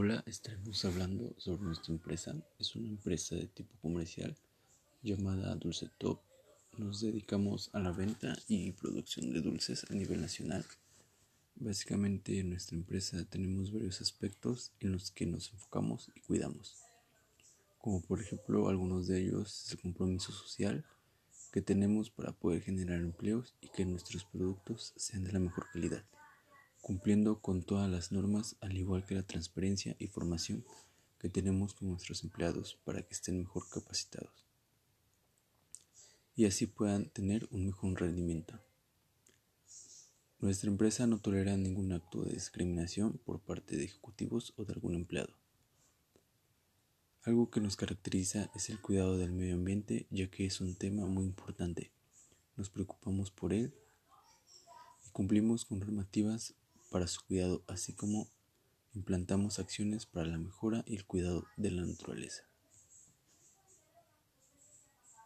Hola, estaremos hablando sobre nuestra empresa. Es una empresa de tipo comercial llamada Dulce Top. Nos dedicamos a la venta y producción de dulces a nivel nacional. Básicamente en nuestra empresa tenemos varios aspectos en los que nos enfocamos y cuidamos, como por ejemplo algunos de ellos es el compromiso social que tenemos para poder generar empleos y que nuestros productos sean de la mejor calidad, cumpliendo con todas las normas, al igual que la transparencia y formación que tenemos con nuestros empleados para que estén mejor capacitados y así puedan tener un mejor rendimiento. Nuestra empresa no tolera ningún acto de discriminación por parte de ejecutivos o de algún empleado. Algo que nos caracteriza es el cuidado del medio ambiente, ya que es un tema muy importante. Nos preocupamos por él y cumplimos con normativas para su cuidado, así como implantamos acciones para la mejora y el cuidado de la naturaleza.